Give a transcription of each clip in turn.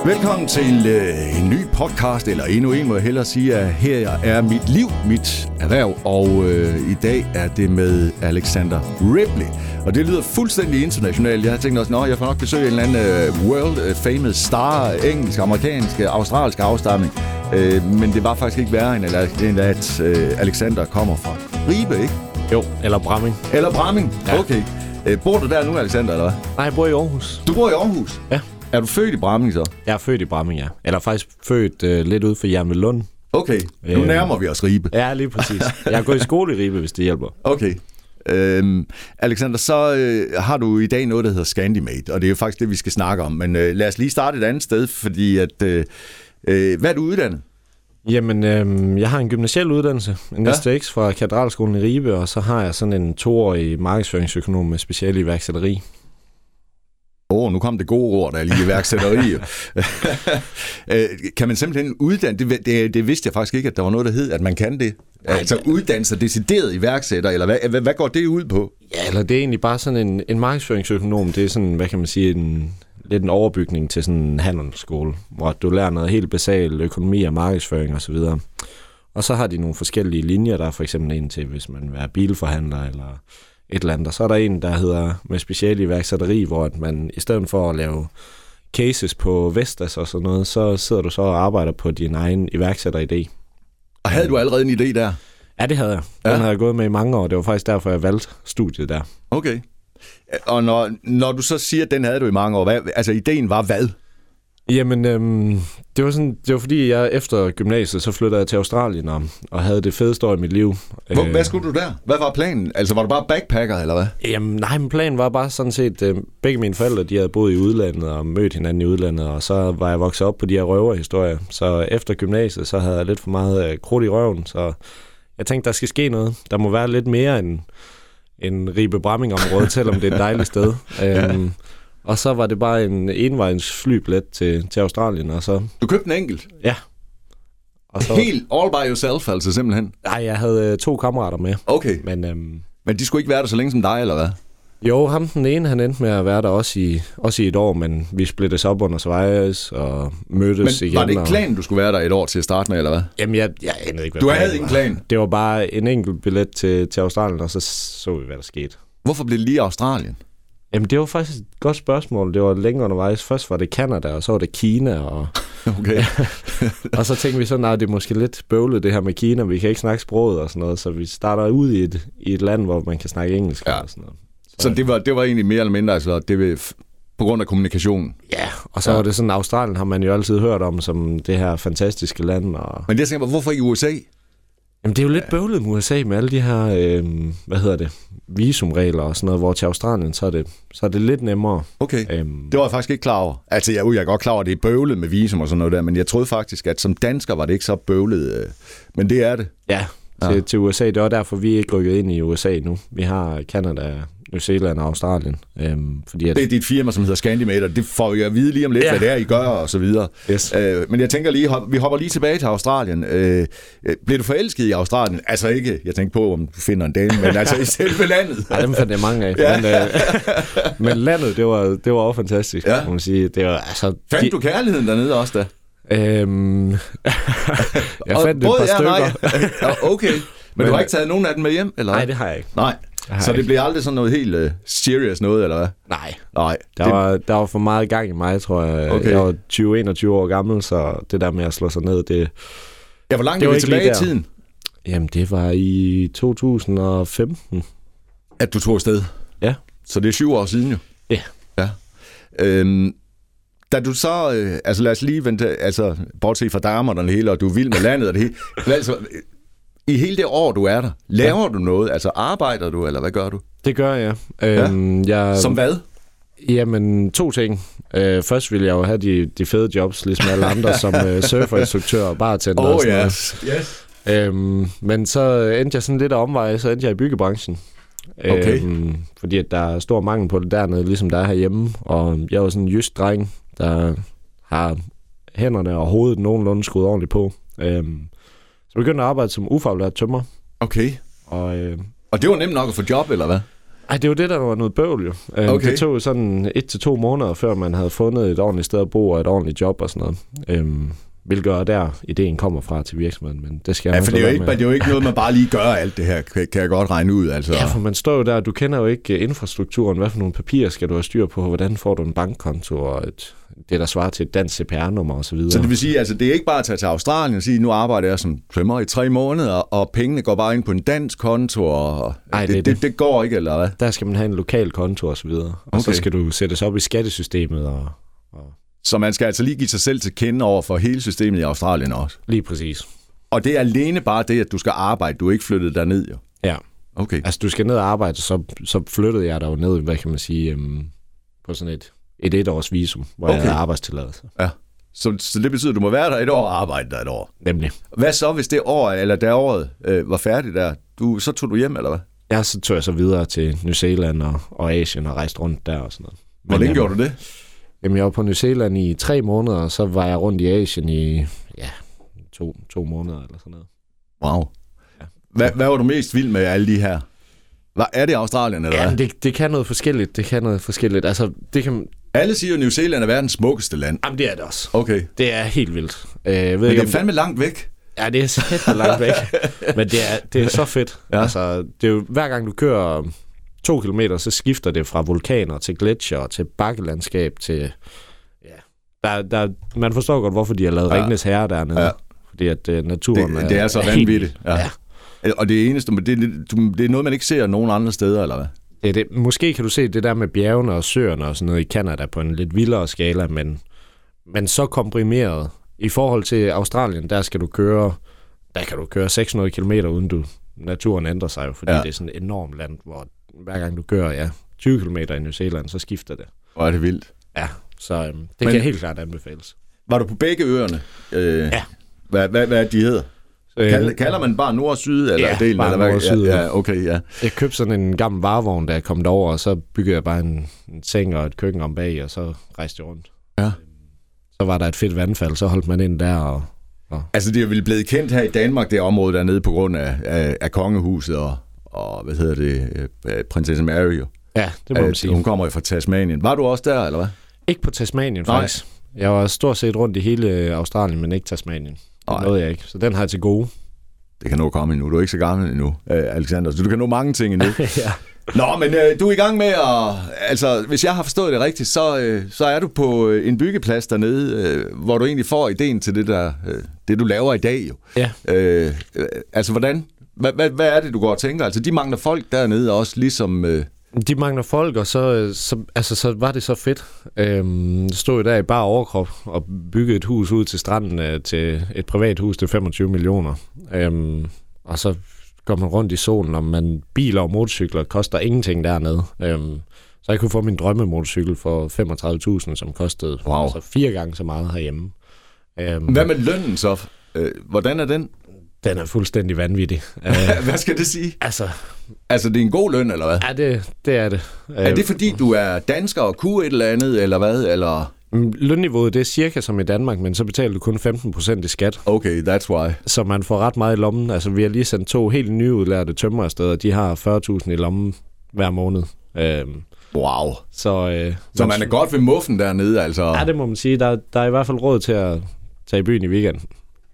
Velkommen til en ny podcast, eller endnu en må jeg hellere sige, at her er mit liv, mit erhverv, og i dag er det med Alexander Ripley. Og det lyder fuldstændig internationalt. Jeg har tænkt også, jeg får nok besøge en eller anden world famous star, engelsk, amerikansk, australsk afstamning. Men det var faktisk ikke værre end at Alexander kommer fra Ribe, ikke? Jo, eller Bramming. Eller Bramming, ja. Okay. Bor du der nu, Alexander, eller hvad? Nej, jeg bor i Aarhus. Du bor i Aarhus? Ja. Er du født i Bramming så? Jeg er født i Bramming, ja. Eller faktisk født lidt ude for Jernvelund. Okay, nu nærmer vi os Ribe. Ja, lige præcis. Jeg har gået i skole i Ribe, hvis det hjælper. Okay. Alexander, så har du i dag noget, der hedder Scandimate, og det er jo faktisk det, vi skal snakke om. Men lad os lige starte et andet sted, fordi at... hvad er du uddannet? Jamen, jeg har en gymnasiel uddannelse, en STX fra Katedralskolen i Ribe, og så har jeg sådan en 2-årig markedsføringsøkonom med speciale i iværksætteri. Nu kom det gode ord, der er lige iværksætteri. Kan man simpelthen uddanne? Det vidste jeg faktisk ikke, at der var noget, der hed, at man kan det. Altså uddanne sig decideret iværksætter, eller hvad går det ud på? Ja, eller det er egentlig bare sådan en markedsføringsøkonom. Det er sådan, hvad kan man sige, lidt en overbygning til sådan en handelsskole, hvor du lærer noget helt basalt økonomi og markedsføring osv. Og så har de nogle forskellige linjer. Der er for eksempel en til, hvis man vil være bilforhandler eller et eller andet. Og så er der en, der hedder med speciale iværksætteri, hvor at man i stedet for at lave cases på Vestas og sådan noget, så sidder du så og arbejder på din egen iværksætteridé. Og havde du allerede en idé der? Ja, det havde jeg. Den havde jeg gået med i mange år. Det var faktisk derfor, jeg valgte studiet der. Okay. Og når du så siger, at den havde du i mange år, altså ideen var hvad? Jamen, det var fordi, jeg efter gymnasiet, så flyttede jeg til Australien og havde det fedeste år i mit liv. Hvad skulle du der? Hvad var planen? Altså, var du bare backpacker, eller hvad? Jamen, nej, men planen var bare sådan set, begge mine forældre, de havde boet i udlandet og mødt hinanden i udlandet, og så var jeg vokset op på de her røverhistorier. Så efter gymnasiet, så havde jeg lidt for meget krudt i røven, så jeg tænkte, der skal ske noget. Der må være lidt mere end Ribe-Bramming-området, selvom det er et dejligt sted. Og så var det bare en envejs flybillet til Australien, og så... Du købte en enkelt? Ja. Og så... Helt all by yourself, altså simpelthen? Nej, jeg havde 2 kammerater med. Okay. Men de skulle ikke være der så længe som dig, eller hvad? Jo, ham den ene, han endte med at være der også i et år, men vi splittes op undervejs og mødtes igen. Men var det ikke planen, du skulle være der et år til at starte med, eller hvad? Jamen, jeg anede ikke, hvad du havde ikke en plan? Det var bare en enkelt billet til Australien, og så vi, hvad der skete. Hvorfor blev det lige Australien? Jamen, det var faktisk et godt spørgsmål. Det var længere undervejs. Først var det Canada, og så var det Kina. Og, okay. Og så tænkte vi så, det er måske lidt bøvlet, det her med Kina. Vi kan ikke snakke sproget og sådan noget, så vi starter ud i et land, hvor man kan snakke engelsk og sådan noget. Så det var egentlig mere eller mindre, altså det på grund af kommunikationen? Ja, og så var det sådan, Australien har man jo altid hørt om som det her fantastiske land. Og... Men det tænker jeg, hvorfor i USA? Jamen, det er jo lidt bøvlet med USA med alle de her, visumregler og sådan noget, hvor til Australien, så er det lidt nemmere. Okay, det var jeg faktisk ikke klar over. Altså, jeg er godt klar over, at det er bøvlet med visum og sådan noget der, men jeg troede faktisk, at som dansker var det ikke så bøvlet, men det er det. Ja, til USA. Det var derfor, vi ikke rykket ind i USA nu. Vi har Canada, New Zealand og Australien. Fordi det er dit firma, som hedder Scandimate, og det får vi at vide lige om lidt, hvad det er, I gør og så videre. Yes. Men jeg tænker lige, vi hopper lige tilbage til Australien. Blev du forelsket i Australien? Altså ikke, jeg tænker på, om du finder en dame, men altså i selve landet. Ja, dem fandt jeg mange af. Ja. Men landet, det var også fantastisk, må man sige. Det var, altså, fandt du kærligheden dernede også da? Jeg fandt et par stykker. Okay, men du har ikke taget nogen af dem med hjem? Eller? Nej, det har jeg ikke. Nej. Så det blev aldrig sådan noget helt serious noget, eller hvad? Nej. Der var for meget gang i mig, tror jeg. Okay. Jeg var 20-21 år gammel, så det der med at slå sig ned, det... Ja, hvor langt er vi tilbage i tiden? Jamen, det var i 2015. At du tog afsted? Ja. Så det er 7 år siden jo? Ja. Da du så... altså lad os lige vente... Altså, bortset fra damerne og det hele, og du er vild med landet og det hele. Altså, i hele det år, du er der, laver du noget? Altså, arbejder du, eller hvad gør du? Det gør jeg. Som hvad? Jamen, 2 ting. Først ville jeg jo have de fede jobs, ligesom alle andre, som surferinstruktør og bartender og sådan noget. Men så endte jeg sådan lidt af omveje, så endte jeg i byggebranchen. Okay. Fordi at der er stor mangel på det dernede, ligesom der er herhjemme. Og jeg var sådan en jysk dreng, der har hænderne og hovedet nogenlunde skruet ordentligt på. Så begyndte jeg at arbejde som ufaglært tømrer. Okay. Og det var nemt nok at få job, eller hvad? Ej, det var det, der var noget bøvl jo. Okay. Det tog sådan 1 til 2 måneder, før man havde fundet et ordentligt sted at bo og et ordentligt job og sådan noget. Hvilket er der, ideen kommer fra til virksomheden, men det skal jeg for det er jo ikke noget, man bare lige gør alt det her, kan jeg godt regne ud. Altså. Ja, for man står jo der, du kender jo ikke infrastrukturen, hvad for nogle papirer skal du have styr på, hvordan får du en bankkonto, og det, der svarer til et dansk CPR-nummer og så videre. Så det vil sige, altså det er ikke bare at tage til Australien og sige, nu arbejder jeg som tømrer i 3 måneder, og pengene går bare ind på en dansk konto, og Ej, det går ikke, eller hvad? Der skal man have en lokal konto og så videre, og så skal du sættes op i skattesystemet og Så man skal altså lige give sig selv til kende over for hele systemet i Australien også. Lige præcis. Og det er alene bare det, at du skal arbejde. Du er ikke flyttet derned, jo. Ja. Okay. Altså, du skal ned og arbejde, så flyttede jeg der jo ned, hvad kan man sige, på sådan et års visum, hvor jeg havde arbejdstilladelse. Ja. Så det betyder, at du må være der 1 år og arbejde der 1 år. Nemlig. Hvad så, hvis det år, eller da året var færdigt der? Så tog du hjem, eller hvad? Ja, så tog jeg så videre til New Zealand og Asien og rejste rundt der og sådan noget. Hvor længe gjorde du det? Jamen, jeg var på New Zealand i 3 måneder, og så var jeg rundt i Asien i 2 måneder eller sådan noget. Wow. Ja. Hvad var du mest vild med alle de her? Er det Australien, eller hvad? Det kan noget forskelligt. Altså, det kan... Alle siger jo, at New Zealand er verdens smukkeste land. Jamen, det er det også. Okay. Det er helt vildt. Men det er fandme langt væk. Ja, det er så langt væk. Men det er så fedt. Ja. Altså, det er jo, hver gang du kører 2 kilometer, så skifter det fra vulkaner til gletsjer, til bakkelandskab, til... Ja, man forstår godt, hvorfor de har lavet Ringenes Herre dernede. Ja. Fordi at naturen det er så vanvittigt. Ja. Og det eneste, det er noget, man ikke ser nogen andre steder, eller hvad? Det. Måske kan du se det der med bjergene og søerne og sådan noget i Canada på en lidt vildere skala, men så komprimeret. I forhold til Australien, der kan du køre 600 kilometer, uden naturen ændrer sig jo, fordi det er sådan et enormt land, hvor hver gang du kører 20 kilometer i New Zealand, så skifter det. Hvor er det vildt. Ja, så det kan helt klart anbefales. Var du på begge øerne? Ja. Hvad de hedder? Kalder man bare nord og syd? Eller delen, bare eller nord og syd. Ja, okay, ja. Jeg købte sådan en gammel varevogn, da jeg kom derover, og så byggede jeg bare en seng og et køkken om bag, og så rejste jeg rundt. Ja. Så var der et fedt vandfald, så holdt man ind der. Og... Altså, det er vel blevet kendt her i Danmark, det område dernede, på grund af kongehuset og hvad hedder det, prinsesse Mary. Ja, det må man sige. Hun kommer jo fra Tasmanien. Var du også der, eller hvad? Ikke på Tasmanien, faktisk. Jeg var stort set rundt i hele Australien, men ikke Tasmanien. Det nåede jeg ikke, så den har jeg til gode. Det kan nå komme endnu. Du er ikke så gammel endnu, Alexander, så du kan nå mange ting endnu. Ja. Nå, men du er i gang med at... Altså, hvis jeg har forstået det rigtigt, så er du på en byggeplads dernede, hvor du egentlig får ideen til det du laver i dag, jo. Ja. Altså, hvordan? Hvad er det, du går og tænker? Altså, de mangler folk dernede også, ligesom... De mangler folk, og så var det så fedt. Stod der i bare overkrop og byggede et hus ud til stranden, til et privat hus til 25 millioner. Og så går man rundt i solen, og biler og motorcykler koster ingenting dernede. Så jeg kunne få min drømmemotorcykel for 35.000, som kostede 4 gange så meget herhjemme. Hvad med lønnen så? Hvordan er den? Den er fuldstændig vanvittig. Hvad skal det sige? Altså, det er en god løn, eller hvad? Ja, det er det. Er det fordi, du er dansker og kunne et eller andet, eller hvad? Eller? Lønniveauet, det er cirka som i Danmark, men så betaler du kun 15% i skat. Okay, that's why. Så man får ret meget i lommen. Altså, vi har lige sendt 2 helt nyudlærte tømrer afsted, og de har 40.000 i lommen hver måned. Wow. Så man er godt ved muffen dernede, altså? Ja, det må man sige. Der er i hvert fald råd til at tage i byen i weekenden.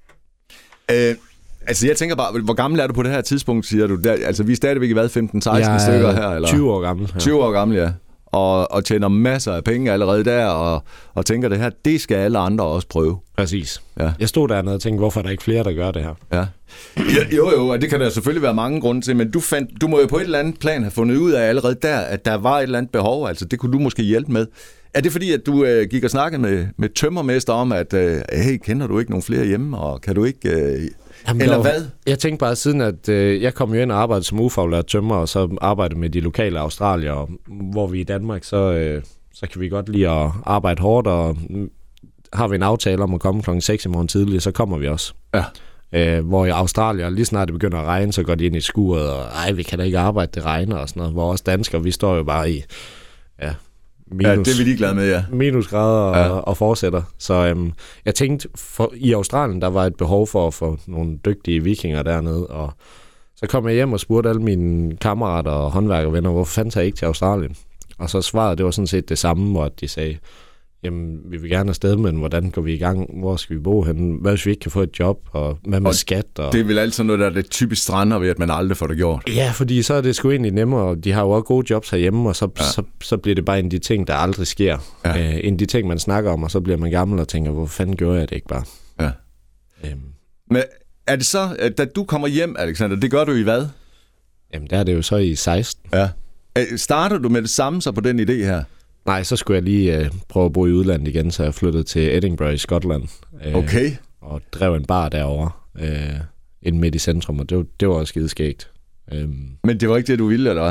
Altså, jeg tænker bare, hvor gammel er du på det her tidspunkt, siger du? Altså, vi er stadigvæk i 15-16 stykker her, eller? 20 år gammel. Ja. 20 år gammel, ja. Og tjener masser af penge allerede der, og tænker det her, det skal alle andre også prøve. Præcis. Ja. Jeg stod dernede og tænkte, hvorfor er der ikke flere, der gør det her? Ja. Jo, og det kan der selvfølgelig være mange grunde til, men du må jo på et eller andet plan have fundet ud af allerede der, at der var et eller andet behov, altså det kunne du måske hjælpe med. Er det fordi, at du gik og snakkede med tømmermester om, at hey, kender du ikke nogen flere hjemme, og kan du ikke... Eller hvad? Jeg tænkte bare siden, at jeg kom jo ind og arbejdede som ufaglært tømrer, og så arbejdede med de lokale australiere, hvor vi i Danmark, så kan vi godt lide at arbejde hårdt, og har vi en aftale om at komme klokken 6 i morgen tidligt, så kommer vi også. Ja. Hvor i Australien, lige snart det begynder at regne, så går de ind i skuret, og vi kan da ikke arbejde, det regner og sådan noget. Hvor os danskere, vi står jo bare i... Minus, det er vi lige glade med, ja. Minusgrader og fortsætter. Så jeg tænkte, i Australien, der var et behov for at få nogle dygtige vikinger dernede, og Så kom jeg hjem og spurgte alle mine kammerater og håndværkervenner, hvorfor fanden tager jeg ikke til Australien? Og så svarede, det var sådan set det samme, hvor de sagde, jamen, vi vil gerne afsted, men hvordan går vi i gang? Hvor skal vi bo hen? Hvad hvis vi ikke kan få et job? Og hvad med skat? Og... Det er vel altid noget, der er det typisk strander ved, at man aldrig får det gjort. Ja, fordi så er det sgu egentlig nemmere, og de har jo også gode jobs herhjemme, og så bliver det bare en af de ting, der aldrig sker. Ja. En af de ting, man snakker om, og så bliver man gammel og tænker, hvor fanden gjorde jeg det ikke bare? Ja. Men er det så, da du kommer hjem, Alexander, det gør du i hvad? Jamen, der er det jo så i 16. Ja. Starter du med det samme så på den idé her? Nej, så skulle jeg lige prøve at bo i udlandet igen, så jeg flyttede til Edinburgh i Skotland. Okay. Og drev en bar derovre, inde midt i centrum, og det var også skideskægt. Men det var ikke det, du ville, eller hvad?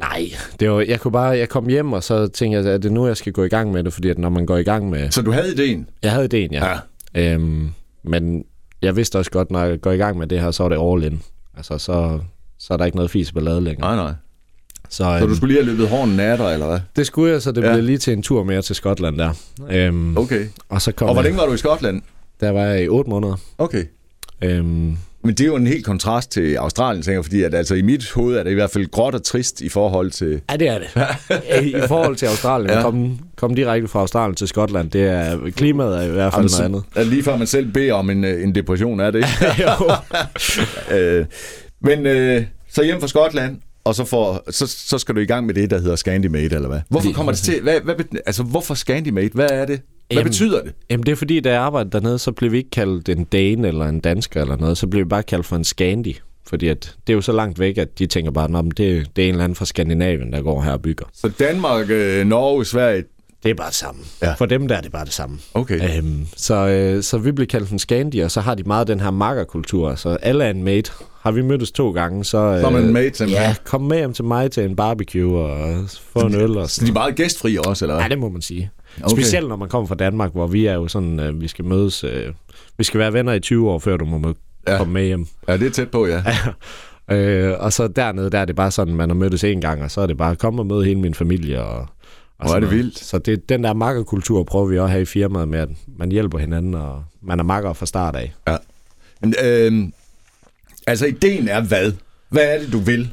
Nej, jeg kom hjem, og så tænkte jeg, at det er nu, jeg skal gå i gang med det, fordi at når man går i gang med... Så du havde idéen? Jeg havde idéen, ja. Men jeg vidste også godt, når jeg går i gang med det her, så er det all in. Altså, så er der ikke noget fis ballade længere. Nej. Så du skulle lige have løbet hården af dig, eller hvad? Det skulle jeg, så det blev lige til en tur mere til Skotland der. Okay. Og hvor længe var du i Skotland? Der var jeg i 8 måneder. Okay. Men det er jo en helt kontrast til Australien, tænker jeg, fordi at, altså, i mit hoved er det i hvert fald gråt og trist i forhold til... Ja, det er det. I forhold til Australien, kom direkte fra Australien til Skotland, det er klimaet er i hvert fald noget andet. Er lige før man selv beder om en depression, er det ikke? Jo. Men så hjem fra Skotland, og så skal du i gang med det, der hedder Scandimate, eller hvad? Hvorfor kommer det til? Hvorfor Scandimate? Hvad er det? Hvad betyder det? Jamen, det er fordi, da jeg arbejdede dernede, så blev vi ikke kaldt en dane eller en dansker eller noget, så blev vi bare kaldt for en Scandi. Fordi at det er jo så langt væk, at de tænker bare, at det er en eller anden fra Skandinavien, der går her og bygger. Så Danmark, Norge, Sverige... Det er bare det samme. Ja. For dem der er det bare det samme. Okay. Så vi blev kaldt en Scandi, og så har de meget den her makkerkultur. Så alle er en mate. Har vi mødtes 2 gange, så er man en mate. Ja, kom med hjem til mig til en barbecue og få en øl. Og så de er meget gæstfrie også, eller hvad? Ja, det må man sige. Okay. Specielt når man kommer fra Danmark, hvor vi er jo sådan, vi skal mødes, vi skal være venner i 20 år, før du må komme med hjem. Ja, det er tæt på, ja. Og så dernede, der er det bare sådan, man har mødtes 1 gang, og så er det bare, kom og møde hele min familie. Og er det vildt. Så det, den der makkerkultur prøver vi også at have i firmaet med, at man hjælper hinanden, og man er makker fra start af. Ja. Men, altså, ideen er hvad? Hvad er det, du vil?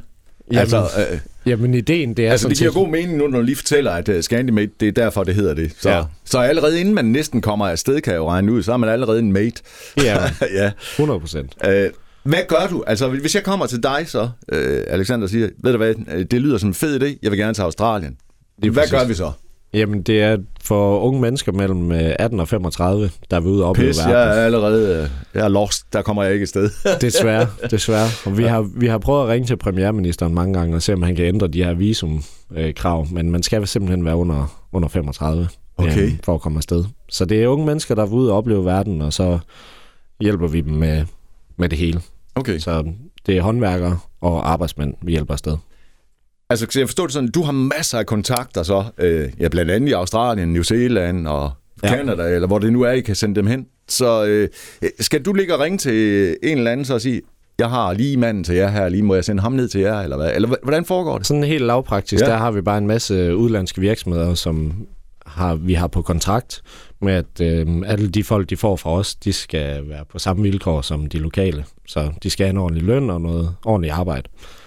Jamen, ideen, det er altså, det giver god mening nu, når du lige fortæller, at Scandimate, det er derfor, det hedder det. Så allerede inden man næsten kommer afsted, kan jeg jo regne ud, så er man allerede en mate. Ja, ja. 100%. Hvad gør du? Altså, hvis jeg kommer til dig så, Alexander, siger, ved du hvad, det lyder som en fed idé, jeg vil gerne til Australien. Hvad gør vi så? Jamen, det er for unge mennesker mellem 18 og 35, der vil ud og opleve verden. Jeg er lost, der kommer jeg ikke et sted. Desværre. Og vi har prøvet at ringe til premierministeren mange gange og se, om han kan ændre de her visumkrav, men man skal simpelthen være under 35 for at komme afsted. Så det er unge mennesker, der vil ud og opleve verden, og så hjælper vi dem med det hele. Okay. Så det er håndværkere og arbejdsmænd, vi hjælper afsted. Altså, jeg forstår det sådan, du har masser af kontakter så, blandt andet i Australien, New Zealand og Canada, eller hvor det nu er, I kan sende dem hen. Så skal du ligge og ringe til en eller anden så og sige, jeg har lige manden til jer her, lige må jeg sende ham ned til jer, eller hvad? Eller hvordan foregår det? Sådan helt lavpraktisk, der har vi bare en masse udlandske virksomheder, som vi har på kontrakt med, at alle de folk, de får fra os, de skal være på samme vilkår som de lokale. Så de skal have en ordentlig løn og noget ordentligt arbejde.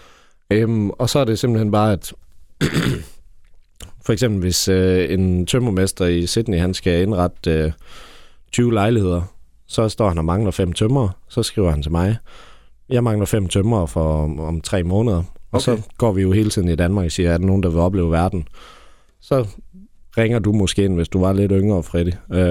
Og så er det simpelthen bare, at for eksempel hvis en tømmermester i Sydney, han skal indrette 20 lejligheder, så står han og mangler 5 tømrere, så skriver han til mig, jeg mangler 5 tømrere om 3 måneder, og så går vi jo hele tiden i Danmark og siger, er der nogen, der vil opleve verden? Så ringer du måske ind, hvis du var lidt yngre, Freddy.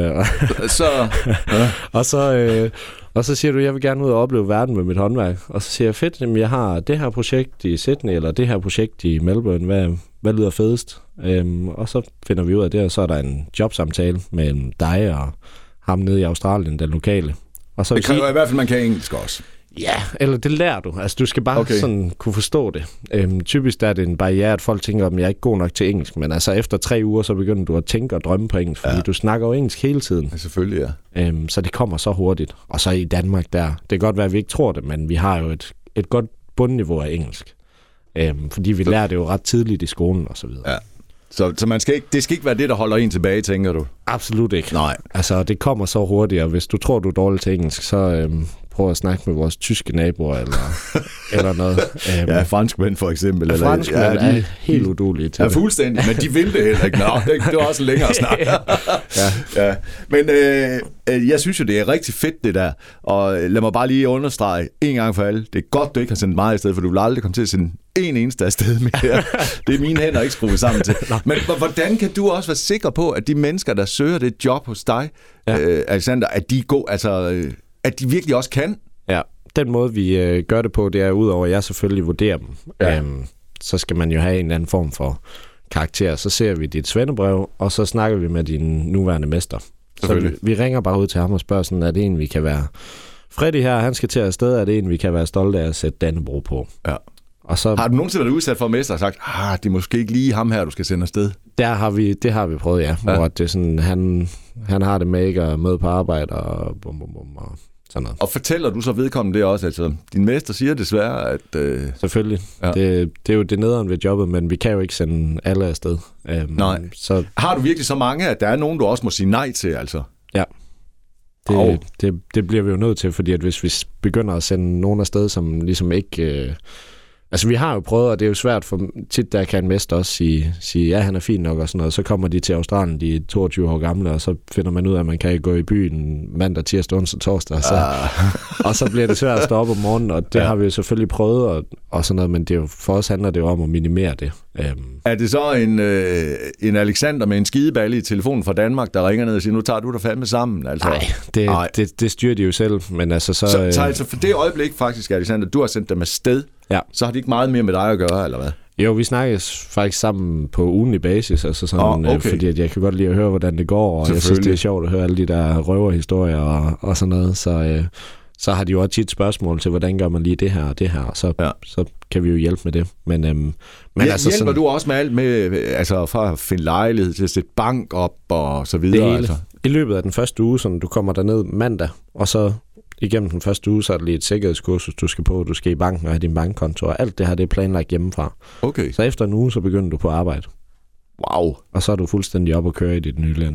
Og så siger du, jeg vil gerne ud og opleve verden med mit håndværk. Og så siger jeg, fedt, jeg har det her projekt i Sydney, eller det her projekt i Melbourne. Hvad lyder fedest? Og så finder vi ud af det, og så er der en jobsamtale med dig og ham nede i Australien, den lokale. Og så det kræver i hvert fald, man kan engelsk også. Ja, eller det lærer du. Altså, du skal bare sådan kunne forstå det. Typisk der er det en barriere, at folk tænker, at jeg er ikke god nok til engelsk, men altså efter 3 uger, så begynder du at tænke og drømme på engelsk, fordi du snakker jo engelsk hele tiden. Ja, selvfølgelig, ja. Så det kommer så hurtigt. Og så i Danmark der, det kan godt være, at vi ikke tror det, men vi har jo et godt bundniveau af engelsk. Fordi vi lærer det jo ret tidligt i skolen og så videre. Ja. Så man skal ikke, det skal ikke være det, der holder en tilbage, tænker du? Absolut ikke. Nej. Altså, det kommer så hurtigt, og hvis du tror, du er dårlig til engelsk, så prøve at snakke med vores tyske naboer, eller noget. Ja, franskmænd for eksempel. Eller, franskmænd er helt udulige til det. Ja, fuldstændig, men de vil det heller ikke. Nå, det var også længere snak. Ja. Men jeg synes jo, det er rigtig fedt, det der. Og lad mig bare lige understrege en gang for alle. Det er godt, du ikke har sendt mig afsted, for du vil aldrig komme til at sende en eneste afsted mere. Det er mine hænder ikke skruet sammen til. Men hvordan kan du også være sikker på, at de mennesker, der søger det job hos dig, Alexander, at de virkelig også kan? Ja, den måde, vi gør det på, det er udover, at jeg selvfølgelig vurderer dem. Ja. Så skal man jo have en eller anden form for karakter. Så ser vi dit svendebrev, og så snakker vi med din nuværende mester. Så vi ringer bare ud til ham og spørger sådan, er det en, vi kan være... Freddy her, han skal til afsted, er det en, vi kan være stolte af at sætte Dannebrog på. Ja. Og så, har du nogensinde været udsat for mester og sagt, det er måske ikke lige ham her, du skal sende afsted? Det har vi prøvet, ja. Hvor det er sådan, han har det med ikke at møde på arbejde og og sådan noget. Og fortæller du så vedkommende det også? Altså, din mester siger desværre, at... Selvfølgelig. Ja. Det er jo det nederen ved jobbet, men vi kan jo ikke sende alle afsted. Nej. Så... Har du virkelig så mange, at der er nogen, du også må sige nej til, altså? Ja. Det bliver vi jo nødt til, fordi at hvis vi begynder at sende nogen afsted, som ligesom ikke... Altså, vi har jo prøvet, og det er jo svært for tit, der kan en mester også sige, ja, han er fin nok og sådan noget. Så kommer de til Australien, de er 22 år gamle, og så finder man ud af, at man kan ikke gå i byen mandag, tirsdag, onsdag, torsdag. Og så bliver det svært at stå op om morgenen, og det har vi jo selvfølgelig prøvet og sådan noget, men det er jo, for os handler det jo om at minimere det. Er det så en Alexander med en skideballe i telefonen fra Danmark, der ringer ned og siger, nu tager du dig fandme sammen? Altså, nej, det styrer de jo selv, men altså så... Så altså for det øjeblik faktisk, Alexander, du har sendt dem afsted, så har de ikke meget mere med dig at gøre, eller hvad? Jo, vi snakkes faktisk sammen på ugenlig basis, altså sådan, fordi at jeg kan godt lide at høre, hvordan det går, og jeg synes, det er sjovt at høre alle de der røverhistorier og sådan noget, så har de jo også tit spørgsmål til, hvordan gør man lige det her og det her, og så kan vi jo hjælpe med det. Men altså hjælper sådan, du også med alt med, altså fra at finde lejlighed til at sætte bank op og så videre? Det altså. I løbet af den første uge, sådan, du kommer derned mandag, og så igennem den første uge, så er der lige et sikkerhedskursus, du skal på. Du skal i banken og have din bankkonto, og alt det her, det er planlagt hjemmefra. Okay. Så efter en uge, så begynder du på arbejde. Wow. Og så er du fuldstændig op at køre i dit nye land.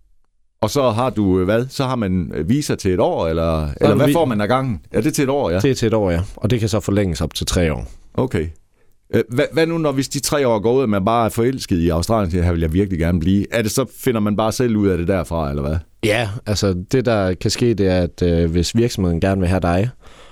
Og så har du, hvad? Så har man visa til et år, eller hvad får man ad gangen? Ja, det er til et år, ja? Det er til et år, ja. Og det kan så forlænges op til 3 år. Okay. Hvad nu, hvis de 3 år går ud, og man bare er forelsket i Australien, så her vil jeg virkelig gerne blive? Er det så, finder man bare selv ud af det derfra, eller hvad? Ja, altså det, der kan ske, det er, at hvis virksomheden gerne vil have dig,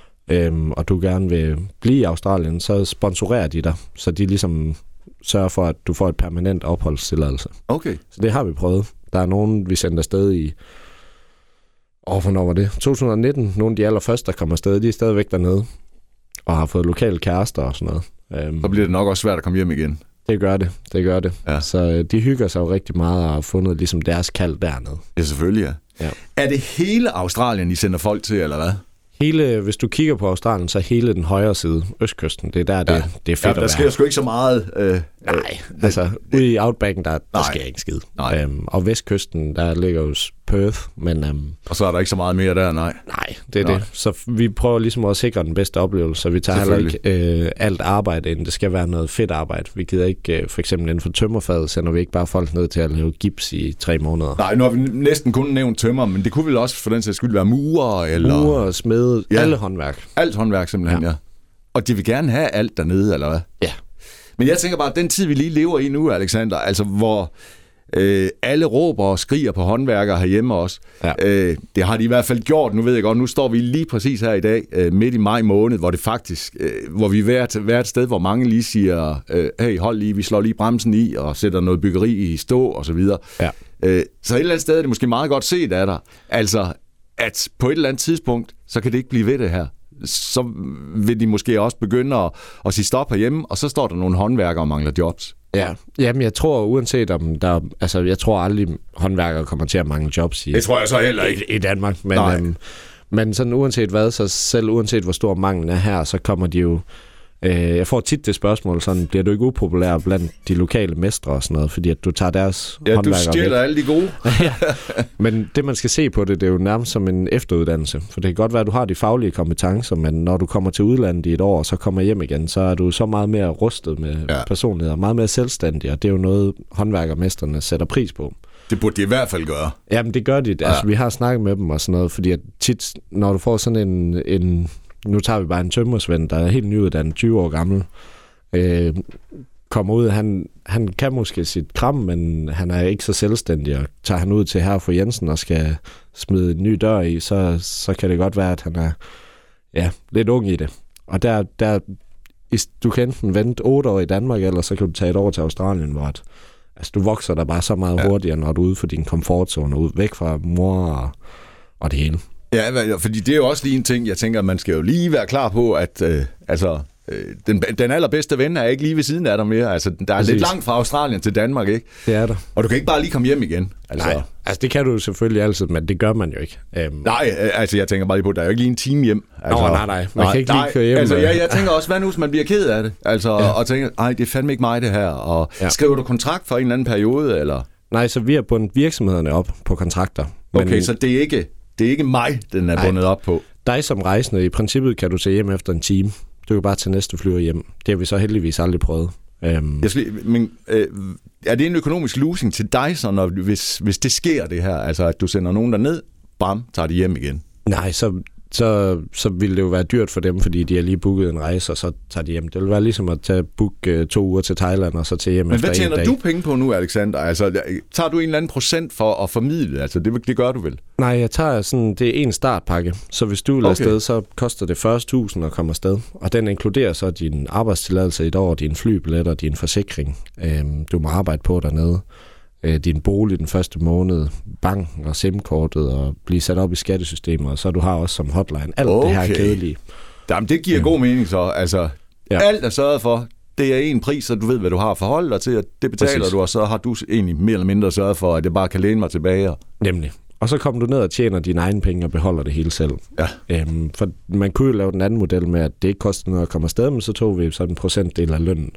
og du gerne vil blive i Australien, så sponsorerer de dig, så de ligesom sørger for, at du får et permanent opholdstilladelse. Okay. Så det har vi prøvet. Der er nogen, vi sendte afsted i... hvornår var det? 2019. Nogle af de allerførste, der kommer afsted, de er stadigvæk dernede, og har fået lokale kærester og sådan noget. Så bliver det nok også svært at komme hjem igen. Det gør det. Ja. Så de hygger sig jo rigtig meget og har fundet ligesom deres kald dernede. Ja, selvfølgelig, ja. Er det hele Australien, I sender folk til, eller hvad? Hvis du kigger på Australien, så hele den højre side, østkysten, det er der, det er fedt at være. Der sker sgu ikke så meget. Nej, altså ude i Outbacken, der sker ikke skid. Og vestkysten, der ligger jo Perth, men... og så er der ikke så meget mere der, nej. Nej, det er det. Så vi prøver ligesom at sikre den bedste oplevelse, så vi tager heller ikke alt arbejde ind. Det skal være noget fedt arbejde. Vi gider ikke, for eksempel inden for tømmerfaget, sender vi ikke bare folk ned til at lave gips i 3 måneder. Nej, nu har vi næsten kun nævnt tømmer, men det kunne vel også for den sags skyld være murer, eller... Murer, smede, alle håndværk. Alt håndværk simpelthen, ja. Og de vil gerne have alt dernede, eller hvad? Ja. Men jeg tænker bare, at den tid, vi lige lever i nu, Alexander, altså hvor alle råber og skriger på håndværkere herhjemme også, det har de i hvert fald gjort. Nu ved jeg godt, nu står vi lige præcis her i dag, midt i maj måned, hvor det faktisk, hvor vi er et sted, hvor mange lige siger, hey, hold lige, vi slår lige bremsen i, og sætter noget byggeri i stå, og så videre. Ja. Så et eller andet sted er det måske meget godt set af dig, altså, at på et eller andet tidspunkt, så kan det ikke blive ved det her. Så vil de måske også begynde at sige stop herhjemme, og så står der nogle håndværkere og mangler jobs. Ja, jamen jeg tror uanset om der... Altså jeg tror aldrig håndværkere kommer til at mangle jobs det tror jeg så heller ikke. I Danmark. Men sådan uanset hvad, så selv uanset hvor stor manglen er her, så kommer de jo Jeg får tit det spørgsmål, sådan, bliver du ikke upopulær blandt de lokale mestre og sådan noget, fordi at du tager deres håndværkere væk. Ja, du stjæler alle de gode. Ja. Men det, man skal se på det er jo nærmest som en efteruddannelse. For det kan godt være, at du har de faglige kompetencer, men når du kommer til udlandet i et år, og så kommer hjem igen, så er du så meget mere rustet med personlighed, og meget mere selvstændig, og det er jo noget, håndværkermesterne sætter pris på. Det burde de i hvert fald gøre. Jamen, det gør de. Altså, vi har snakket med dem og sådan noget, fordi at tit, når du får sådan en nu tager vi bare en tømmersvend, der er helt nyuddannet, 20 år gammel, kommer ud, han kan måske sit kram, men han er ikke så selvstændig, og tager han ud til herre for Jensen og skal smide en ny dør i, så kan det godt være, at han er lidt ung i det. Og der du kan enten vente 8 år i Danmark, eller så kan du tage et år til Australien, hvor du vokser der bare så meget hurtigere, når du er ude for din komfortzone, ud væk fra mor og det hele. Ja, fordi det er jo også lige en ting, jeg tænker, at man skal jo lige være klar på, at den allerbedste ven er ikke lige ved siden af dig mere. Altså, der er lidt langt fra Australien til Danmark, ikke? Det er der. Og du kan ikke bare lige komme hjem igen. Altså. Nej, altså det kan du selvfølgelig altid, men det gør man jo ikke. Nej, altså jeg tænker bare lige på, at der er jo ikke lige en time hjem. Altså, nej. Man kan ikke lige køre hjem. Altså, jeg tænker også, hvad nu, hvis man bliver ked af det? Altså, og tænker, det er fandme ikke mig det her. Og skriver du kontrakt for en eller anden periode, eller? Nej, så vi har bundet virksomhederne op på kontrakter. Okay, så det er ikke mig, den er bundet op på. Dig som rejsende, i princippet kan du tage hjem efter en time. Du kan bare tage næste flyver hjem. Det har vi så heldigvis aldrig prøvet. Men er det en økonomisk losing til dig, så hvis det sker det her? Altså, at du sender nogen derned, bam, tager de hjem igen? Nej, så ville det jo være dyrt for dem, fordi de har lige booket en rejse, og så tager de hjem. Det vil være ligesom at booke 2 uger til Thailand, og så til hjem efter en dag. Men hvad tjener du penge på nu, Alexander? Altså, tager du en eller anden procent for at formidle? Altså, det gør du vel? Nej, jeg tager sådan, det er en startpakke. Så hvis du vil afsted, så koster det 40.000 at komme afsted. Og den inkluderer så din arbejdstilladelse i et år, din flybilletter, din forsikring. Du må arbejde på dernede. Din bolig den første måned, banken og SIM-kortet og blive sat op i skattesystemet, og så du har også som hotline. Alt det her er kedeligt. Jamen, det giver god mening så. Altså, alt er sørget for. Det er en pris, så du ved, hvad du har at forholde dig til, og det betaler du, og så har du egentlig mere eller mindre sørget for, at det bare kan læne mig tilbage. Nemlig. Og så kommer du ned og tjener dine egne penge og beholder det hele selv. Ja. For man kunne jo lave den anden model med, at det ikke koster noget at komme afsted, men så tog vi sådan en procentdel af lønnen.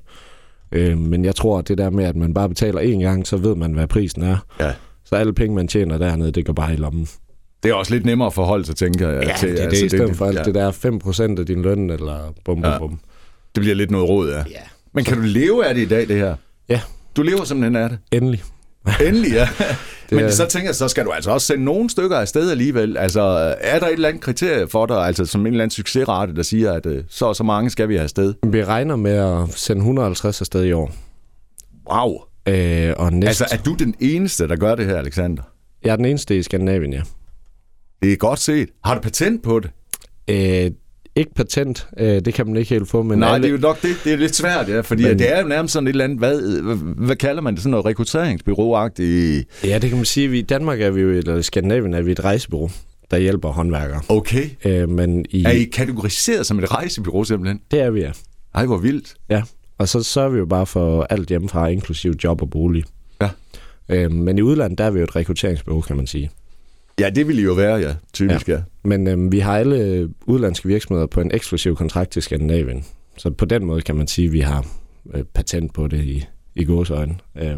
Men jeg tror, at det der med, at man bare betaler én gang, så ved man, hvad prisen er. Ja. Så alle penge, man tjener dernede, det går bare i lommen. Det er også lidt nemmere at forholde sig, tænker jeg. Ja, til, det er det i stedet for alt det der 5% af din løn, eller bum. Det bliver lidt noget råd, ja. Men kan du leve af det i dag, det her? Ja. Du lever simpelthen af det? Endelig. Endelig, ja. Men så tænker jeg, så skal du altså også sende nogle stykker afsted alligevel. Altså, er der et eller andet kriterie for dig, altså som en eller anden succesrate, der siger, at så mange skal vi have afsted? Vi regner med at sende 150 afsted i år. Wow. Og altså, er du den eneste, der gør det her, Alexander? Jeg er den eneste i Skandinavien, ja. Det er godt set. Har du patent på det? Ikke patent, det kan man ikke helt få. Men nej, det er jo nok det. Det er lidt svært, ja, fordi det er jo nærmest sådan et eller andet, hvad kalder man det, sådan noget rekrutteringsbureau-agtigt? Ja, det kan man sige. I Danmark er vi jo, eller Skandinavien er vi et rejsebureau, der hjælper håndværkere. Okay. Men er I kategoriseret som et rejsebureau simpelthen? Det er vi, ja. Ej, hvor vildt. Ja, og så sørger vi jo bare for alt hjemmefra, inklusive job og bolig. Ja. Men i udlandet, der er vi jo et rekrutteringsbureau, kan man sige. Ja, det vil I jo være, ja. Typisk, ja. Men vi har alle udlandske virksomheder på en eksklusiv kontrakt til Skandinavien. Så på den måde kan man sige, at vi har patent på det i gåseøjne.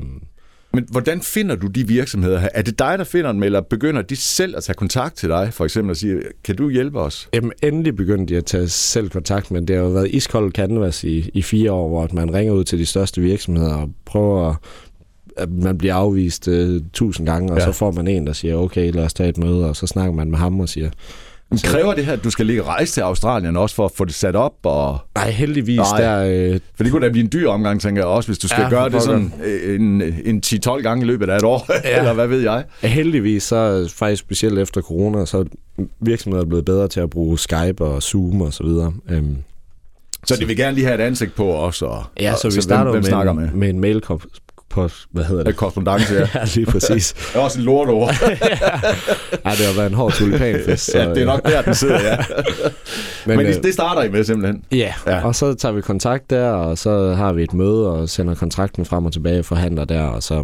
Men hvordan finder du de virksomheder her? Er det dig, der finder dem, eller begynder de selv at tage kontakt til dig? For eksempel at sige, kan du hjælpe os? Jamen, endelig begyndte de at tage selv kontakt, men det har jo været iskold canvas i 4 år, hvor man ringer ud til de største virksomheder og prøver at man bliver afvist 1000 gange, og så får man en, der siger, okay, lad os tage et møde, og så snakker man med ham og siger... Men kræver det her, at du skal ligge og rejse til Australien også for at få det sat op? Og... Nej, heldigvis. For det kunne da blive en dyr omgang, tænker jeg også, hvis du skal gøre det sådan en 10-12 gange i løbet af et år, eller hvad ved jeg? Heldigvis, så faktisk specielt efter corona, så er virksomheder blevet bedre til at bruge Skype og Zoom og så videre. Så de vil gerne lige have et ansigt på også? Og, ja, så vi starter med en mail på, hvad hedder det? Korrespondance, ja. Ja, lige præcis. Det er også en lortord. Ja, det har været en hård tulipanfest. Så, ja, det er nok der, den sidder, ja. Men det starter I med simpelthen? Ja, og så tager vi kontakt der, og så har vi et møde, og sender kontrakten frem og tilbage, forhandler der, og så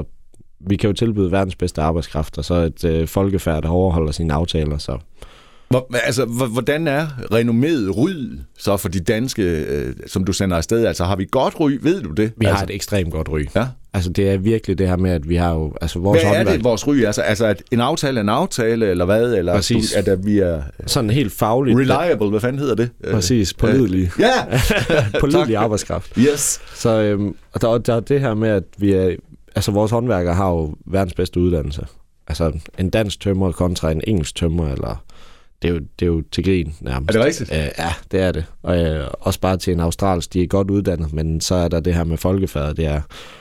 vi kan jo tilbyde verdens bedste arbejdskraft, og så et folkefærd, der overholder sine aftaler, så... Hvordan er renomméet Ryd så for de danske, som du sender afsted? Altså, har vi godt ry? Ved du det? Vi har et ekstremt godt ry. Ja. Altså, det er virkelig det her med, at vi har jo... Altså, vores hvad er det, vores ry? Altså, at en aftale er en aftale, eller hvad? Eller præcis. At vi er... Sådan helt fagligt... Reliable, hvad fanden hedder det? Præcis, pålidelig. Ja! Pålidelig arbejdskraft. Yes. Så der er det her med, at vi er... Altså, vores håndværkere har jo verdens bedste uddannelse. Altså, en dansk tømrer kontra en engelsk tømrer, eller... Det er jo til grin nærmest. Er det rigtigt? Ja, det er det. Og også bare til en australsk, de er godt uddannet, men så er der det her med folkefærd, det er...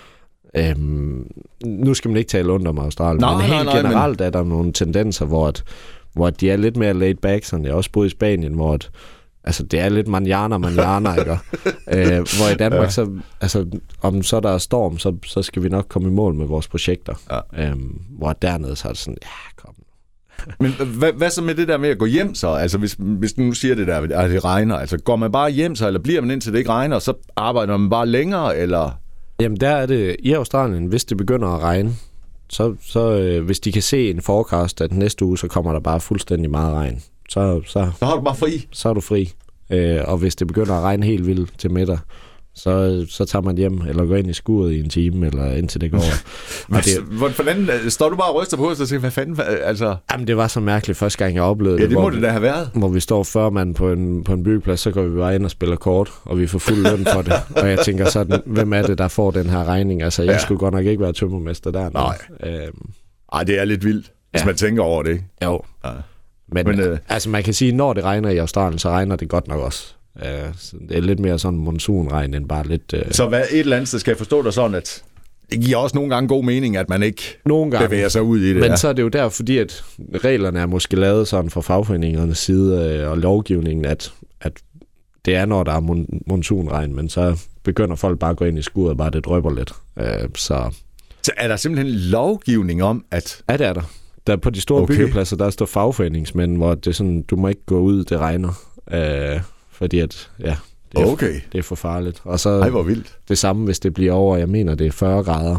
nu skal man ikke tale ondt om Australien, men helt generelt er der nogle tendenser, hvor de er lidt mere laid back, sådan jeg også boet i Spanien, hvor altså det er lidt manjana, ikke? Hvor i Danmark, så, altså, om så der er storm, så skal vi nok komme i mål med vores projekter. Ja. Hvor dernede, så er det sådan, ja, kom. Men hvad så med det der med at gå hjem så? Altså hvis du nu siger det der, at det regner, altså går man bare hjem så, eller bliver man indtil det ikke regner, og så arbejder man bare længere, eller... Jamen der er det i Australien, hvis det begynder at regne, så hvis de kan se en forecast, at næste uge, så kommer der bare fuldstændig meget regn. Så har du bare fri? Så er du fri. Og hvis det begynder at regne helt vildt til middag, så tager man hjem, eller går ind i skuret i en time, eller indtil det går. Hvordan står du bare og ryster på os og siger, hvad fanden, altså... Jamen, det var så mærkeligt første gang, jeg oplevede det. Ja, det må det da have været. Hvor vi står 40 mand på en byggeplads, så går vi bare ind og spiller kort, og vi får fuld løn for det. Og jeg tænker sådan, hvem er det, der får den her regning? Altså, jeg skulle godt nok ikke være tømmermester der. Nej, det er lidt vildt, hvis man tænker over det, ikke? Jo. Ja. Men altså, man kan sige, når det regner i Australien, så regner det godt nok også. Så det er lidt mere sådan monsunregn end bare lidt... Så hvad et eller andet sted skal jeg forstå dig sådan, at det giver også nogle gange god mening, at man ikke bevæger sig ud i det. Men så er det jo der, fordi at reglerne er måske lavet sådan fra fagforeningernes side og lovgivningen, at det er, når der er monsunregn, men så begynder folk bare at gå ind i skuret, bare det drypper lidt. Så er der simpelthen lovgivning om, at... Ja, det er der. Der på de store byggepladser, der står fagforeningsmænd, hvor det er sådan, du må ikke gå ud, det regner. Fordi at, ja, det er for farligt. Og så hvor vildt. Det samme, hvis det bliver over, jeg mener, det er 40 grader,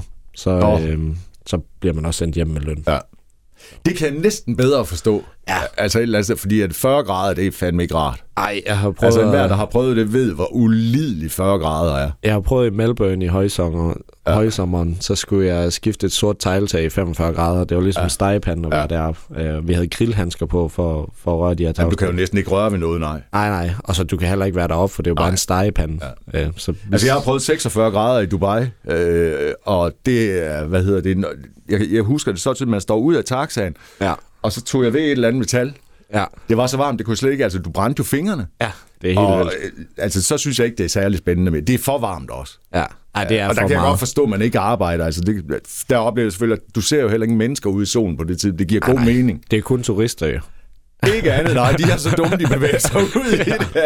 så bliver man også sendt hjem med løn. Ja. Det kan jeg næsten bedre forstå. Ja. Altså et eller andet, fordi at 40 grader, det er fandme ikke rart. Ej, jeg har prøvet... Altså enhver, der har prøvet det, ved, hvor ulideligt 40 grader er. Jeg har prøvet i Melbourne i højsommeren, så skulle jeg skifte et sort tegltag i 45 grader. Det var ligesom en stegepande, der var deroppe. Vi havde grillhandsker på for at røre de her tag. Du kan jo næsten ikke røre ved noget, nej. Nej, og så du kan heller ikke være deroppe, for det er jo bare en stegepande. Ja. Altså jeg har prøvet 46 grader i Dubai, og det er, jeg husker det så til, at man står ud af taxaen, og så tog jeg ved et eller andet metal. Ja. Det var så varmt, det kunne slet ikke, altså du brændte jo fingrene. Ja, det er helt vildt. Altså så synes jeg ikke, det er særlig spændende med. Det er for varmt også. Ja. Ej, det er og der kan jeg godt forstå, at man ikke arbejder. Altså der oplever jeg selvfølgelig, at du ser jo heller ingen mennesker ude i solen på det tid. Det giver god mening. Det er kun turister jo. Ikke andet, nej. De er så dumme, de bevæger sig ud i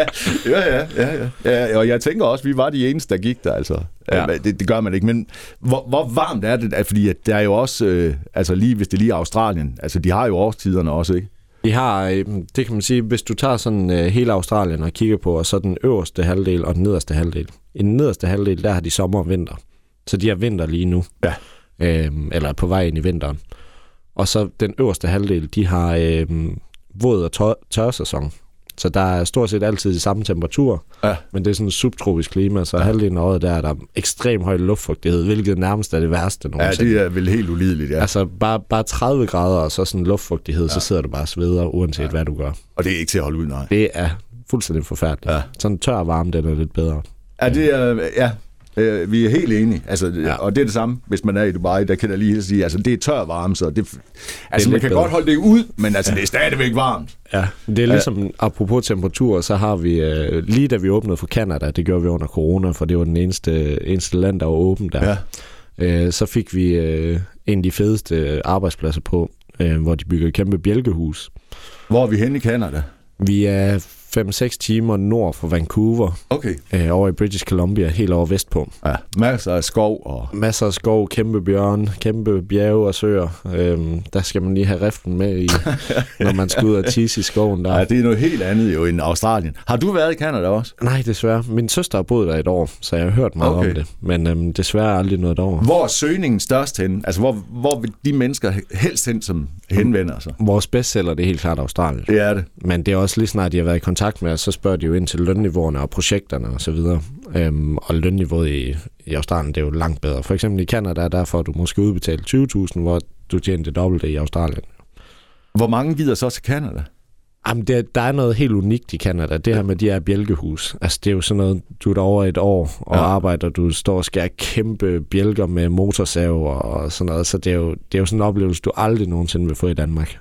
det. Ja. Og jeg tænker også, vi var de eneste, der gik der, altså. Ja. Det gør man ikke. Men hvor varmt er det? Fordi at der er jo også, altså lige hvis det lige er Australien, altså de har jo årstiderne også, ikke? De har, det kan man sige, hvis du tager sådan hele Australien og kigger på, og så den øverste halvdel og den nederste halvdel. I den nederste halvdel, der har de sommer og vinter. Så de har vinter lige nu. Ja. Eller på vej ind i vinteren. Og så den øverste halvdel, de har våd- og tørsæson. Så der er stort set altid de samme temperaturer, men det er sådan et subtropisk klima, så halvdelen af året der er der ekstrem høj luftfugtighed, hvilket nærmest er det værste nogensinde. Ja, det er vel helt ulideligt, ja. Altså bare 30 grader og så sådan luftfugtighed, så sidder du bare og sveder, uanset hvad du gør. Og det er ikke til at holde ud, nej. Det er fuldstændig forfærdeligt. Ja. Sådan tør og varme, den er lidt bedre. Ja, det er... vi er helt enige, altså, og det er det samme, hvis man er i Dubai, der kan jeg lige sige, altså det er tør varme, så det altså man kan godt holde det ud, men altså det er stadigvæk varmt. Ja, det er ligesom, apropos temperatur, så har vi, lige da vi åbnede for Canada, det gjorde vi under corona, for det var den eneste land, der var åbent der, så fik vi en af de fedeste arbejdspladser på, hvor de bygger et kæmpe bjælkehus. Hvor er vi henne i Canada? Vi er 5-6 timer nord for Vancouver. Okay. Over i British Columbia, helt over vestpå. Ja, masser af skov. Og... Masser af skov, kæmpe bjørn, kæmpe bjerge og søer. Der skal man lige have riften med i, når man skal ud og tisse i skoven der. Ja, det er noget helt andet jo end Australien. Har du været i Canada også? Nej, desværre. Min søster har boet der et år, så jeg har hørt meget om det. Men desværre aldrig noget over. Hvor er søgningen størst hen? Altså, hvor vil de mennesker helst hen, som henvender sig? Vores bestseller, det er helt klart Australien. Det er det. Men det er også lige snart, de har været i kontakt med os, så spørger de jo ind til lønniveauerne og projekterne og så videre. Og lønniveauet i Australien, det er jo langt bedre. For eksempel i Canada, der får du måske udbetalt 20.000, hvor du tjener det dobbelte i Australien. Hvor mange gider så til Canada? Jamen, der er noget helt unikt i Canada. Det her med de her bjælkehus. Altså, det er jo sådan noget, du er derovre et år og arbejder, du står og skærer kæmpe bjælker med motorsav og sådan noget. Så det er jo sådan en oplevelse, du aldrig nogensinde vil få i Danmark.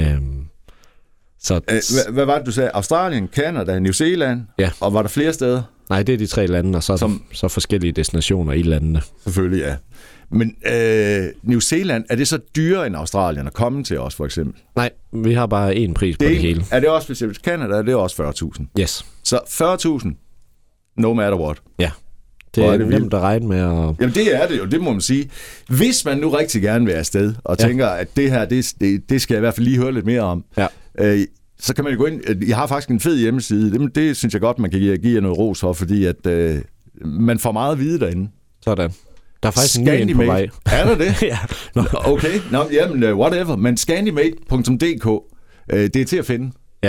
Hvad var det, du sagde? Australien, Canada, New Zealand? Ja. Og var der flere steder? Nej, det er de 3 lande, og så forskellige destinationer i landene. Selvfølgelig, ja. Men New Zealand, er det så dyrere end Australien at komme til os, for eksempel? Nej, vi har bare én pris på det hele. Er det også specielt? Canada er det også 40.000? Yes. Så 40.000, no matter what? Ja. Det er nemt at regne med. Jamen det er det jo, det må man sige. Hvis man nu rigtig gerne vil afsted, og tænker, at det her, det skal jeg i hvert fald lige høre lidt mere om, så kan man jo gå ind. Jeg har faktisk en fed hjemmeside. Det synes jeg godt, man kan give jer noget ros for, fordi at man får meget at vide derinde. Sådan. Der er faktisk en ny på vej. Er der det? Ja. Okay. Jamen, whatever. Men scandimate.dk, det er til at finde. Ja.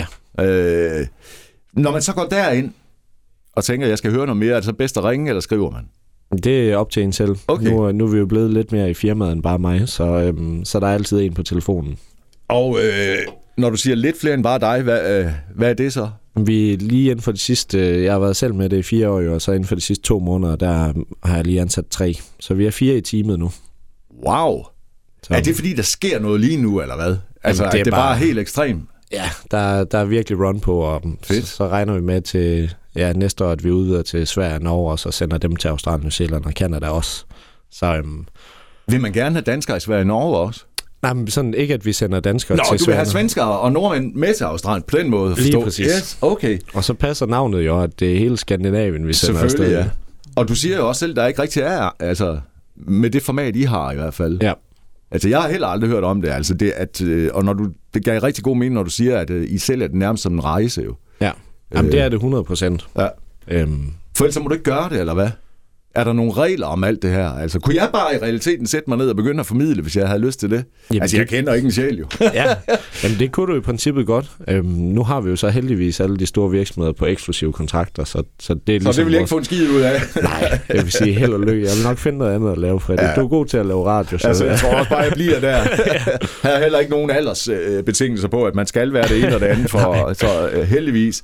Når man så går derind og tænker, at jeg skal høre noget mere, er det så bedst at ringe, eller skriver man? Det er op til en selv. Okay. Nu er vi jo blevet lidt mere i firmaet end bare mig, så der er altid en på telefonen. Og når du siger lidt flere end bare dig, hvad er det så? Vi er lige inden for de sidste... Jeg har været selv med det i 4 år, og så inden for de sidste 2 måneder, der har jeg lige ansat 3. Så vi er 4 i teamet nu. Wow! Så. Er det fordi, der sker noget lige nu, eller hvad? Altså, jamen, det er bare helt ekstremt? Ja, der er virkelig run på, og så regner vi med til næste år, at vi udvider til Sverige og Norge, og så sender dem til Australien, New Zealand og Canada også. Så, vil man gerne have danskere i Sverige og Norge også? Nej, men sådan ikke, at vi sender danskere til Sverige. Nå, du vil have svenskere og nordmænd med til Australien på den måde. Lige præcis. Yes, okay. Og så passer navnet jo, at det er hele Skandinavien, vi sender afsted. Selvfølgelig, ja. Og du siger jo også selv, der ikke rigtig er, altså med det format, I har i hvert fald. Ja. Altså, jeg har heller aldrig hørt om det. Altså, og det gav rigtig god mening, når du siger, at I sælger det nærmest som en rejse jo. Ja, jamen det er det 100%. Ja. For ellers må du ikke gøre det, eller hvad? Er der nogle regler om alt det her? Altså, kunne jeg bare i realiteten sætte mig ned og begynde at formidle, hvis jeg havde lyst til det? Jamen, altså, jeg kender ikke en sjæl, jo. Ja, jamen, det kunne du i princippet godt. Nu har vi jo så heldigvis alle de store virksomheder på eksklusive kontrakter, så det er ligesom... Så det vil jeg ikke få en skid ud af? Nej, jeg vil sige held og lykke. Jeg vil nok finde noget andet at lave, Fredrik. Ja. Du er god til at lave radio. Så... Altså, jeg tror også bare, jeg bliver der. Her er heller ikke nogen aldersbetingelser på, at man skal være det ene og det andet, så heldigvis.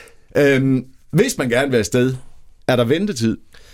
Hvis man gerne vil afsted, er der ventetid?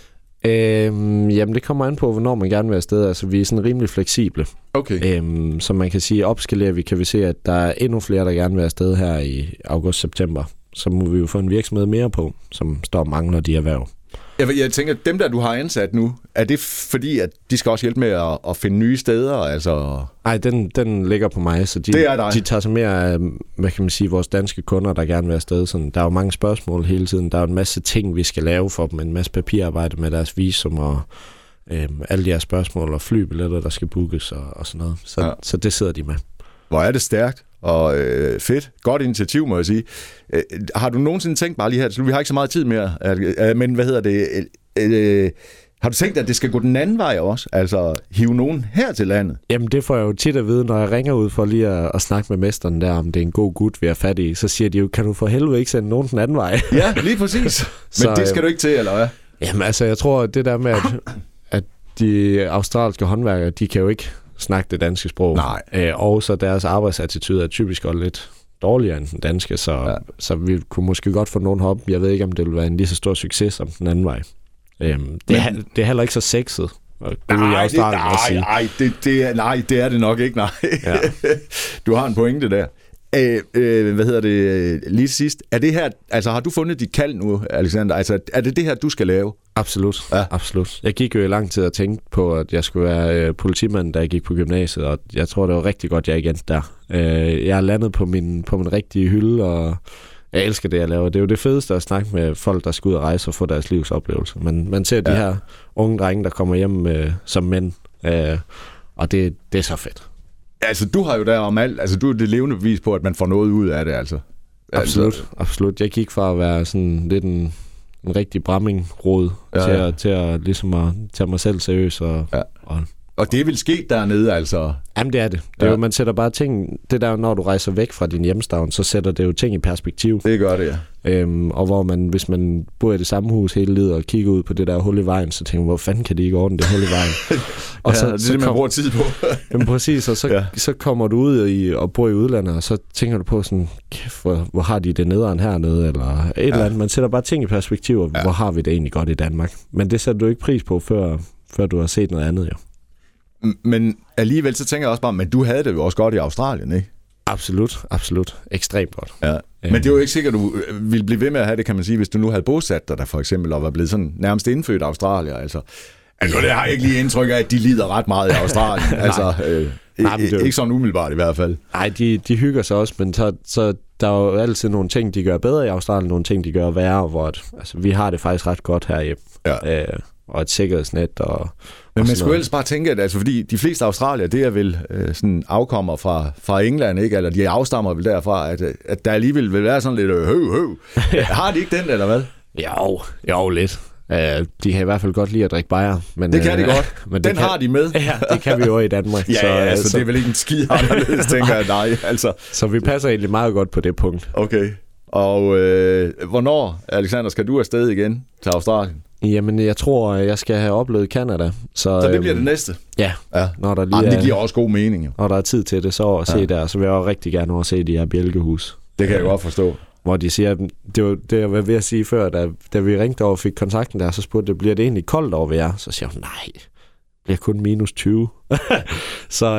Jamen, det kommer an på, hvornår man gerne vil afsted. Altså, vi er sådan rimelig fleksible. Okay. Så man kan sige, opskalerer vi, kan vi se, at der er endnu flere, der gerne vil afsted her i august-september. Så må vi jo få en virksomhed mere på, som står og mangler de erhverv. Jeg tænker, dem der, du har ansat nu, er det fordi, at de skal også hjælpe med at finde nye steder? Altså... Nej, den ligger på mig, så de tager sig mere af, hvad kan man sige, vores danske kunder, der gerne vil afsted. Sådan, der er jo mange spørgsmål hele tiden. Der er jo en masse ting, vi skal lave for dem. En masse papirarbejde med deres visum og alle de her spørgsmål og flybilletter, der skal bookes og sådan noget. Så det sidder de med. Hvor er det stærkt og fedt. Godt initiativ, må jeg sige. Har du nogensinde tænkt, bare lige her, vi har ikke så meget tid mere, men hvad hedder det... Har du tænkt, at det skal gå den anden vej også? Altså hive nogen her til landet? Jamen det får jeg jo tit at vide, når jeg ringer ud for lige at snakke med mesteren der, om det er en god gut, vi er fat i. Så siger de jo, kan du for helvede ikke sende nogen den anden vej? Ja, lige præcis. Men det skal du ikke til, eller hvad? Jamen altså, jeg tror, at det der med, at de australske håndværkere, de kan jo ikke snakke det danske sprog. Nej. Og så deres arbejdsattitude er typisk også lidt dårligere end den danske, så vi kunne måske godt få nogen hop. Jeg ved ikke, om det vil være en lige så stor succes som den anden vej. Det er heller ikke så sexet. Nej, det er det nok ikke, nej. Ja. Du har en pointe der. Hvad hedder det lige sidst? Er det her, altså har du fundet dit kald nu, Alexander? Altså er det her, du skal lave? Absolut, ja. Absolut. Jeg gik jo i lang tid og tænkte på, at jeg skulle være politimand, da jeg gik på gymnasiet, og jeg tror, det var rigtig godt, jeg igen der. Jeg er landet på min rigtige hylde, og Jeg elsker det, jeg laver. Det er jo det fedeste at snakke med folk, der skal ud og rejse og få deres livsoplevelse. Men man ser de her unge drenge, der kommer hjem som mænd, og det er så fedt. Altså, du har jo der om alt, altså du er det levende bevis på, at man får noget ud af det, altså. Absolut. Jeg gik fra at være sådan lidt en rigtig brammingrod til at ligesom at tage mig selv seriøst og det vil ske dernede, altså? Jamen, det er det. Det er jo, man sætter bare ting... Det der, når du rejser væk fra din hjemstavn, så sætter det jo ting i perspektiv. Det gør det, ja. Og hvor man, hvis man bor i det samme hus hele livet og kigger ud på det der hul i vejen, så tænker man, hvor fanden kan de ikke ordne det hul i vejen? Og så, det er det, man bruger tid på. Jamen, præcis, og så kommer du ud og bor i udlandet, og så tænker du på sådan, kæft, hvor har de det nederen hernede, eller et eller andet. Man sætter bare ting i perspektiv, og hvor har vi det egentlig godt i Danmark? Men det sætter du ikke pris på, før du har set noget andet, jo. Men alligevel så tænker jeg også bare, men du havde det jo også godt i Australien, ikke? Absolut. Ekstremt godt. Ja. Men det er jo ikke sikkert, du ville blive ved med at have det, kan man sige, hvis du nu havde bosat dig der for eksempel, og var blevet sådan nærmest indfødt Australier, altså det har jeg ikke lige indtryk af, at de lider ret meget i Australien. Altså, ikke sådan umiddelbart i hvert fald. Nej, de hygger sig også, men så der er jo altid nogle ting, de gør bedre i Australien, nogle ting, de gør værre, hvor vi har det faktisk ret godt herhjemme. Ja. Og et sikkerhedsnet men man skulle ellers bare tænke, at altså, fordi de fleste australier, det er vel sådan afkommer fra England, ikke? Eller de afstammer vel derfra, at der alligevel vil være sådan lidt høv. Har de ikke den, eller hvad? Jo, lidt. De kan i hvert fald godt lide at drikke bajer. Men, det kan de godt. Men den har de med. Ja, det kan vi jo i Danmark. så det er vel ikke en skid anderledes, tænker jeg. Nej, altså. Så vi passer egentlig meget godt på det punkt. Okay. Og hvornår, Alexander, skal du afsted igen til Australien? Jamen, jeg tror, jeg skal have oplevet Canada. Så det bliver det næste? Ja. Når der lige det giver også god mening. Jo. Og der er tid til det, så at se der. Så vil jeg også rigtig gerne over at se de her bjælkehus. Det kan jeg godt forstå. Hvor de siger, det jeg var ved at sige før, da vi ringte over og fik kontakten der, så spurgte det, bliver det egentlig koldt over ved jer? Så siger hun, nej, det bliver kun minus 20. Så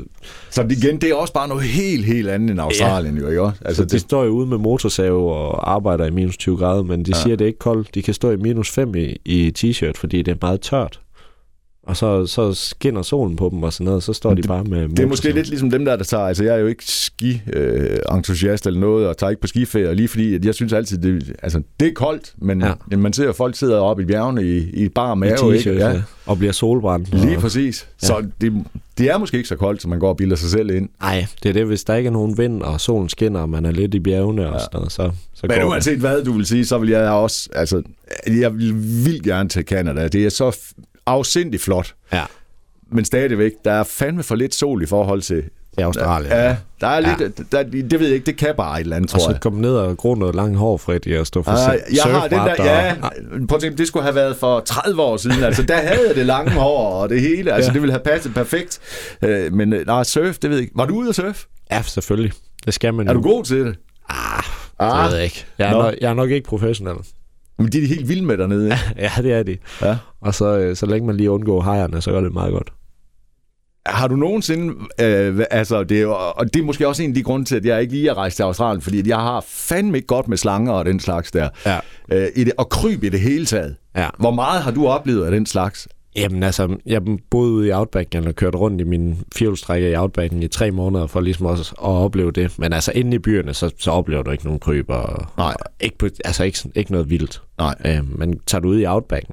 igen, det er også bare noget helt andet end Australien, jo, ikke? Altså, så de står jo ude med motorsave og arbejder i minus 20 grader, men de siger, det er ikke koldt. De kan stå i minus 5 i t-shirt, fordi det er meget tørt. Og så skinner solen på dem og sådan noget, så står de bare med motorsave. Det er måske lidt ligesom dem der tager, altså jeg er jo ikke ski-entusiast eller noget, og tager ikke på skiferie, lige fordi at jeg synes altid, det er koldt, men man ser jo folk sidder oppe i bjergene i bare mave, ikke? Ja. Og bliver solbrændt. Lige præcis. Ja. Så det er måske ikke så koldt, som man går og bilder sig selv ind. Nej, det er det, hvis der ikke er nogen vind, og solen skinner, og man er lidt i bjergene og sådan noget, så men uanset hvad du vil sige, så vil jeg også, altså, jeg vil vildt gerne til Canada. Det er så afsindigt flot. Ja. Men stadigvæk, der er fandme for lidt sol i forhold til Australien. Ja, der er lidt, det ved jeg ikke, det kan bare et eller andet, tror jeg. Og så komme ned og gro noget langt hår, Freddy, og stå for jeg har den der, prøv at tænke, det skulle have været for 30 år siden, altså der havde jeg det lange hår og det hele, altså det ville have passet perfekt. Men surf, det ved jeg ikke. Var du ude at surfe? Ja, selvfølgelig. Det skal man jo. Er du god til det? Det ved jeg ikke. Jeg er nok ikke professionel. Men de er helt vilde med dernede, ikke? Ja, det er de. Ja. Og så længe man lige undgår hajerne, så gør det meget godt. Har du nogensinde, det er måske også en af de grunde til, at jeg ikke lige er rejst til Australien, fordi jeg har fandme ikke godt med slanger og den slags der. Ja. Og kryb i det hele taget. Ja. Hvor meget har du oplevet af den slags? Jamen altså, jeg boede ude i Outbacken og kørte rundt i min firehjulstrækker i Outbacken i 3 måneder for ligesom også at opleve det. Men altså inde i byerne, så oplever du ikke nogen kryb og ikke noget vildt. Nej. Men tager du ud i Outbacken,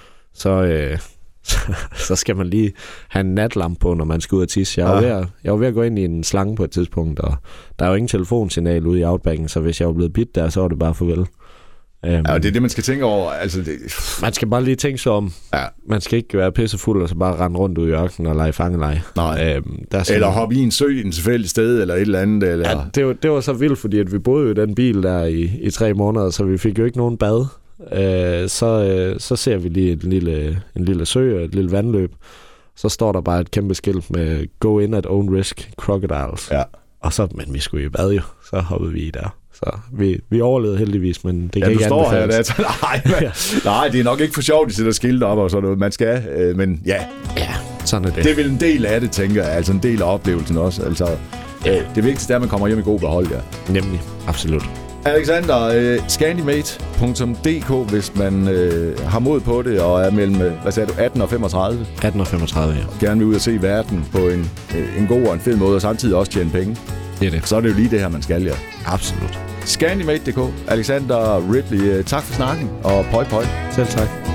så skal man lige have en natlampe på, når man skal ud og tisse. Jeg var ved at gå ind i en slange på et tidspunkt, og der er jo ingen telefonsignal ude i Outbacken, så hvis jeg var blevet bidt der, så var det bare farvel. Og det er det, man skal tænke over. Altså, man skal bare lige tænke sig om. Ja. Man skal ikke være pissefuld og så bare rende rundt ud i ørkenen og lege fangeleje. Nej. Eller hoppe i en sø i en tilfældig sted, eller et eller andet. Eller... Ja, det var så vildt, fordi at vi boede jo i den bil der i 3 måneder, så vi fik jo ikke nogen bad. Så ser vi lige en lille sø og et lille vandløb. Så står der bare et kæmpe skilt med "Go in at own risk, crocodiles". Ja. Og så, men vi skulle i bad jo, så hoppede vi i der. Så vi overlevede heldigvis, men det kan ikke anbefales. Nej, det er nok ikke for sjovt, de sætter skilte op og sådan noget. Man skal, men ja. Ja, sådan er det. Det er vel en del af det, tænker jeg. Altså en del af oplevelsen også. Altså, det vigtigste er, at man kommer hjem i god behold, ja. Nemlig, absolut. Alexander, scandimate.dk, hvis man har mod på det og er mellem, hvad sagde du, 18 og 35? 18 og 35, ja. Gerne vil ud og se verden på en god og en fed måde, og samtidig også tjene penge. Det er det. Så er det jo lige det her, man skal, ja. Absolut. Scandimate.dk. Alexander Ripley, tak for snakken, og pøj pøj. Selv tak.